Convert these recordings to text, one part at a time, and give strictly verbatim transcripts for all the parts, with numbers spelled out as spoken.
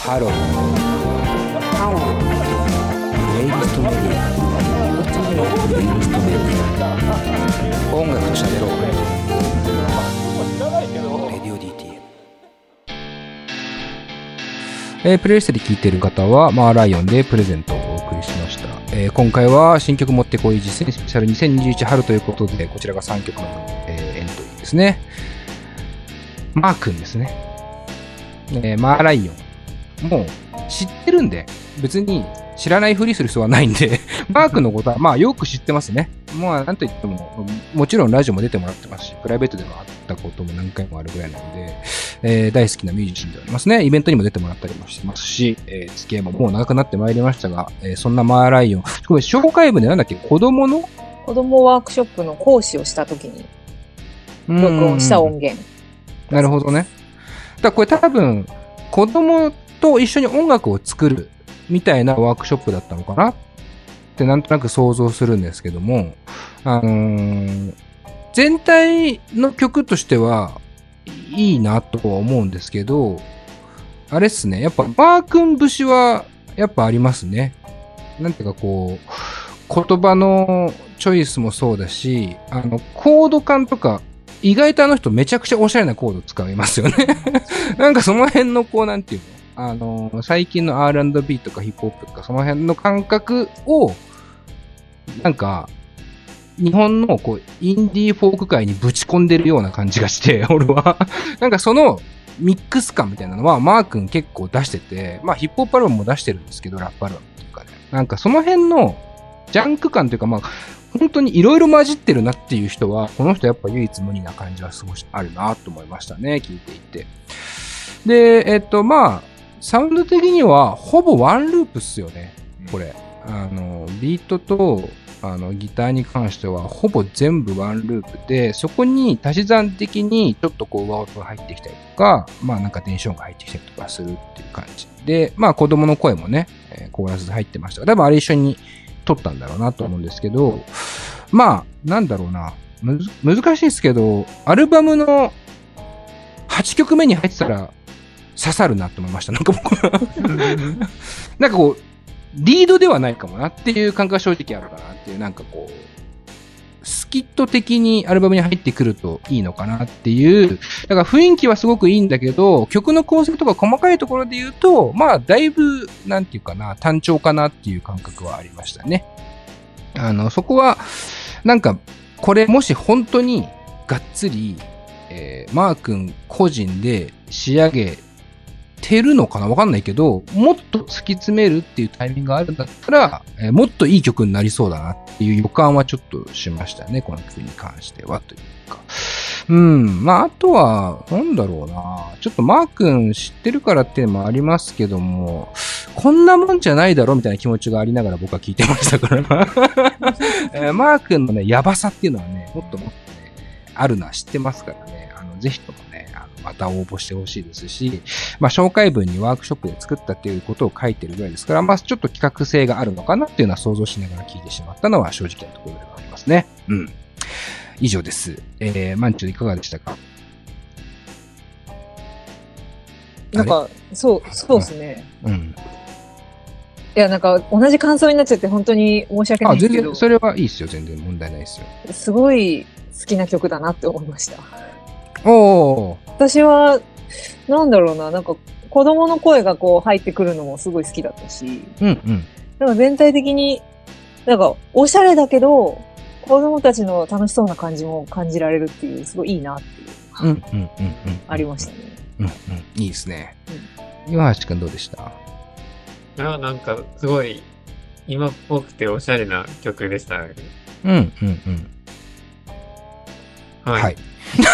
ハローハロープレイリストメディアプレイリストメディア音楽と喋ろうレディオ ディーティーエム、えー、プレイリストで聴いている方はマーライオンでプレゼントをお送りしました。えー、今回は新曲持ってこい実践スペシャルにせんにじゅういち春ということで、こちらがさんきょくの、えー、エントリーですね。マー君ですね、えー、マーライオンもう知ってるんで別に知らないふりする必要はないんでマー君のことはまあよく知ってますね。まあなんといってももちろんラジオも出てもらってますし、プライベートでも会ったことも何回もあるぐらいなので、えー、大好きなミュージシャンでありますね。イベントにも出てもらったりもしてますし、えー、付き合いももう長くなってまいりましたが、えー、そんなマーライオン、これ紹介文でなんだっけ、子供の子供ワークショップの講師をした時に録音した音源。 なるほどね。だからこれ多分子供と一緒に音楽を作るみたいなワークショップだったのかなってなんとなく想像するんですけども、あのー、全体の曲としてはいいなとは思うんですけど、あれっすね、やっぱマー君節はやっぱありますね。なんていうかこう言葉のチョイスもそうだし、あのコード感とか意外とあの人めちゃくちゃおしゃれなコード使いますよねなんかその辺のこうなんていうの、あの最近の アールアンドビー とかヒップホップとかその辺の感覚をなんか日本のこうインディーフォーク界にぶち込んでるような感じがして俺はなんかそのミックス感みたいなのはマー君結構出してて、まあヒップホップアルバムも出してるんですけど、ラップアルバムというかね、なんかその辺のジャンク感というか、まあ本当にいろいろ混じってるなっていう人はこの人やっぱ唯一無二な感じはすごいあるなと思いましたね、聞いていて。でえっとまあサウンド的にはほぼワンループっすよねこれ。あのビートとあのギターに関してはほぼ全部ワンループで、そこに足し算的にちょっとこう上音が入ってきたりとか、まあなんかテンションが入ってきたりとかするっていう感じで、まあ子供の声もね、えー、コーラスで入ってました。多分あれ一緒に撮ったんだろうなと思うんですけど、まあなんだろうな、むず難しいですけど、アルバムのはちきょくめに入ってたら刺さるなと思いました。なんか僕なんかこうリードではないかもなっていう感覚が正直あるかなっていう、なんかこうスキット的にアルバムに入ってくるといいのかなっていう、だから雰囲気はすごくいいんだけど、曲の構成とか細かいところで言うと、まあだいぶなんていうかな、単調かなっていう感覚はありましたね。あのそこはなんかこれもし本当にがっつり、えー、マー君個人で仕上げてるのかなわかんないけど、もっと突き詰めるっていうタイミングがあるんだったら、えー、もっといい曲になりそうだなっていう予感はちょっとしましたね、この曲に関してはというか。うん、まああとはなんだろうな、ちょっとマー君知ってるからっていうのもありますけども、こんなもんじゃないだろみたいな気持ちがありながら僕は聞いてましたから、えー、マー君のねやばさっていうのはね、もっともっとねあるのは知ってますからね、あのぜひともねまた応募してほしいですし、まあ、紹介文にワークショップで作ったっていうことを書いてるぐらいですから、まあ、ちょっと企画性があるのかなっていうのは想像しながら聞いてしまったのは正直なところではありますね。うん。以上です。えー、まんちゅういかがでしたか？ なんか、そう、そうですね。 うん。うん、 いや、なんか、同じ感想になっちゃって本当に申し訳ないですけど。 あ、全然、それはいいですよ。全然問題ないですよ。 すごい好きな曲だなって思いました。 おー。 私は、なんだろうな、なんか子供の声がこう入ってくるのもすごい好きだったし、 うんうん。 なんか全体的に、なんかおしゃれだけど、子供たちの楽しそうな感じも感じられるっていう、すごいいいなっていう、 うんうんうんうん、 ありましたね。 うんうん、いいですね。うん、岩橋くんどうでした？ あ、なんかすごい今っぽくておしゃれな曲でした。うんうんうん。はい。はい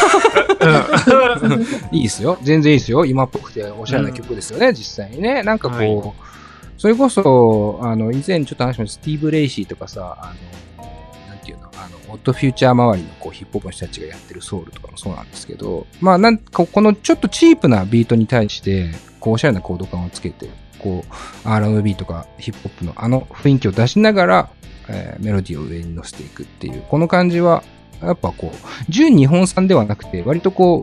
いいですよ。全然いいですよ。今っぽくておしゃれな曲ですよね、うん、実際にね。なんかこう、はい、それこそ、あの、以前ちょっと話しました、スティーブ・レイシーとかさ、あの、なんていうの、あの、オッドフューチャー周りのこうヒップホップの人たちがやってるソウルとかもそうなんですけど、まあ、なんかこのちょっとチープなビートに対して、こう、おしゃれなコード感をつけて、こう、アールアンドビー とかヒップホップのあの雰囲気を出しながら、えー、メロディーを上に乗せていくっていう、この感じは、やっぱこう、純日本産ではなくて、割とこう、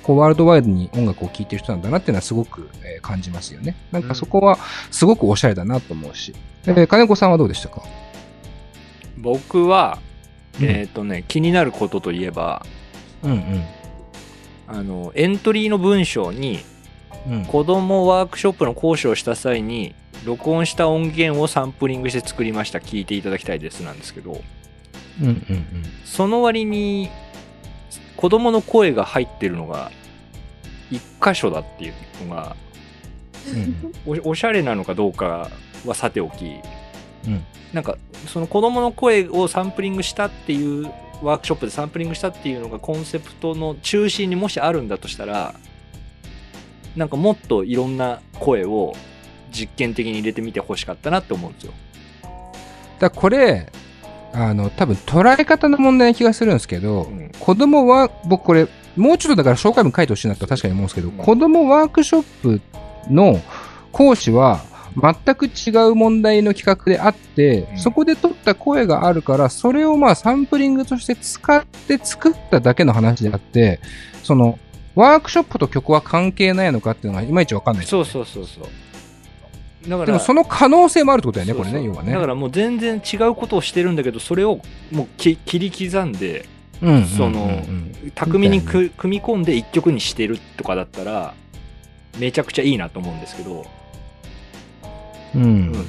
こうワールドワイドに音楽を聴いてる人なんだなっていうのはすごく、えー、感じますよね。なんかそこはすごくおしゃれだなと思うし。えー、金子さんはどうでしたか？ 僕は、えっとね、うん、気になることといえば、 うんうん、 あのエントリーの文章に、うん、子供ワークショップの講師をした際に録音した音源をサンプリングして作りました、聞いていただきたいですなんですけど、 うんうんうん、 その割に子供の声が入ってるのが一箇所だっていうのが、うん、お, おしゃれなのかどうかはさておき、うん、なんかその子供の声をサンプリングしたっていうワークショップでサンプリングしたっていうのがコンセプトの中心にもしあるんだとしたら、なんかもっといろんな声を実験的に入れてみてほしかったなって思うんですよ。 だこれあの多分捉え方の問題な気がするんですけど、うん、子供は僕これもうちょっとだから紹介文書いてほしいなと確かに思うんですけど、うん、子供ワークショップの講師は全く違う問題の企画であって、うん、そこで取った声があるからそれをまあサンプリングとして使って作っただけの話であって、そのワークショップと曲は関係ないのかっていうのがいまいちわかんないですよね。そうそうそうそう。だからでもその可能性もあるってことだよね、そうそうこれね、要はね。 だからもう全然違うことをしてるんだけど、それをもう切り刻んで、うんうんうんうん、その巧みにく組み込んで一曲にしてるとかだったらめちゃくちゃいいなと思うんですけど、 うんうん、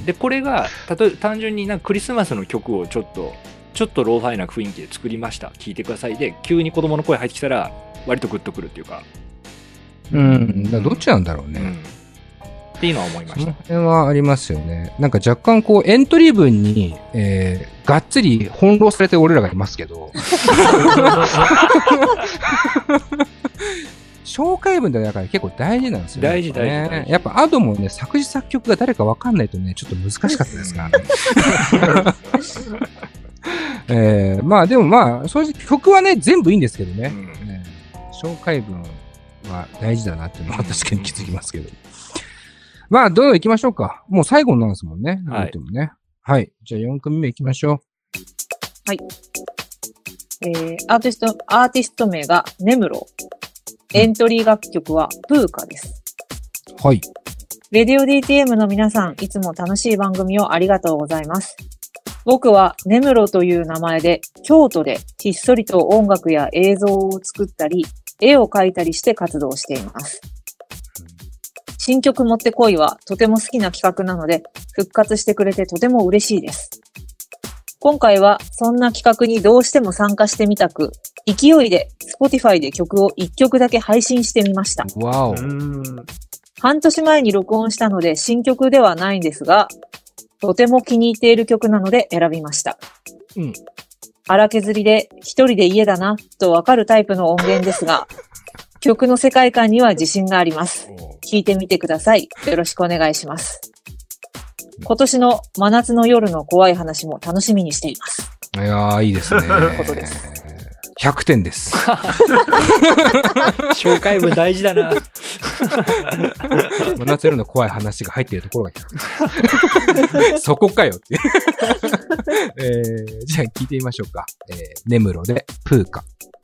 でこれが例えば単純になんかクリスマスの曲をちょっとちょっとローファイな雰囲気で作りました、聴いてくださいで急に子供の声入ってきたら割とグッとくるっていうか、 うん、だどっちなんだろうね、うんっていうのは思いました。 その辺はありますよね。なんか若干こうエントリー文に、えー、がっつり翻弄されて俺らがいますけど紹介文ってだから結構大事なんですよね。 大事大事大事。 やっぱアドもね作詞作曲が誰か分かんないとねちょっと難しかったですからね。えー、まあでもまあ正直曲はね全部いいんですけどね。うん、ね紹介文は大事だなっていうのは確かに気づきますけど。まあ、どんどん行きましょうか。もう最後なんですもんね。はい。ね、はい。じゃあよん組目行きましょう。 はい。えー、アーティスト、アーティスト名がネムロ。エントリー楽曲はプーカです。 はい。 レディオ ディーティーエム の皆さん、いつも楽しい番組をありがとうございます。僕はネムロという名前で、京都でひっそりと音楽や映像を作ったり、絵を描いたりして活動しています。新曲もってこいはとても好きな企画なので復活してくれてとても嬉しいです。今回はそんな企画にどうしても参加してみたく、勢いで Spotify で曲をいっきょくだけ配信してみました。 わお。 半年前に録音したので新曲ではないんですが、とても気に入っている曲なので選びました。 うん。 荒削りで一人で家だなとわかるタイプの音源ですが、曲の世界観には自信があります。聴いてみてください。よろしくお願いします。今年の真夏の夜の怖い話も楽しみにしています。 いやー、いいですね。 ということです。 ひゃくてんです。 紹介文大事だな。 真夏夜の怖い話が入っているところがそこかよっていう、えー。じゃあ聞いてみましょうか。えー、ネムロでプーカ。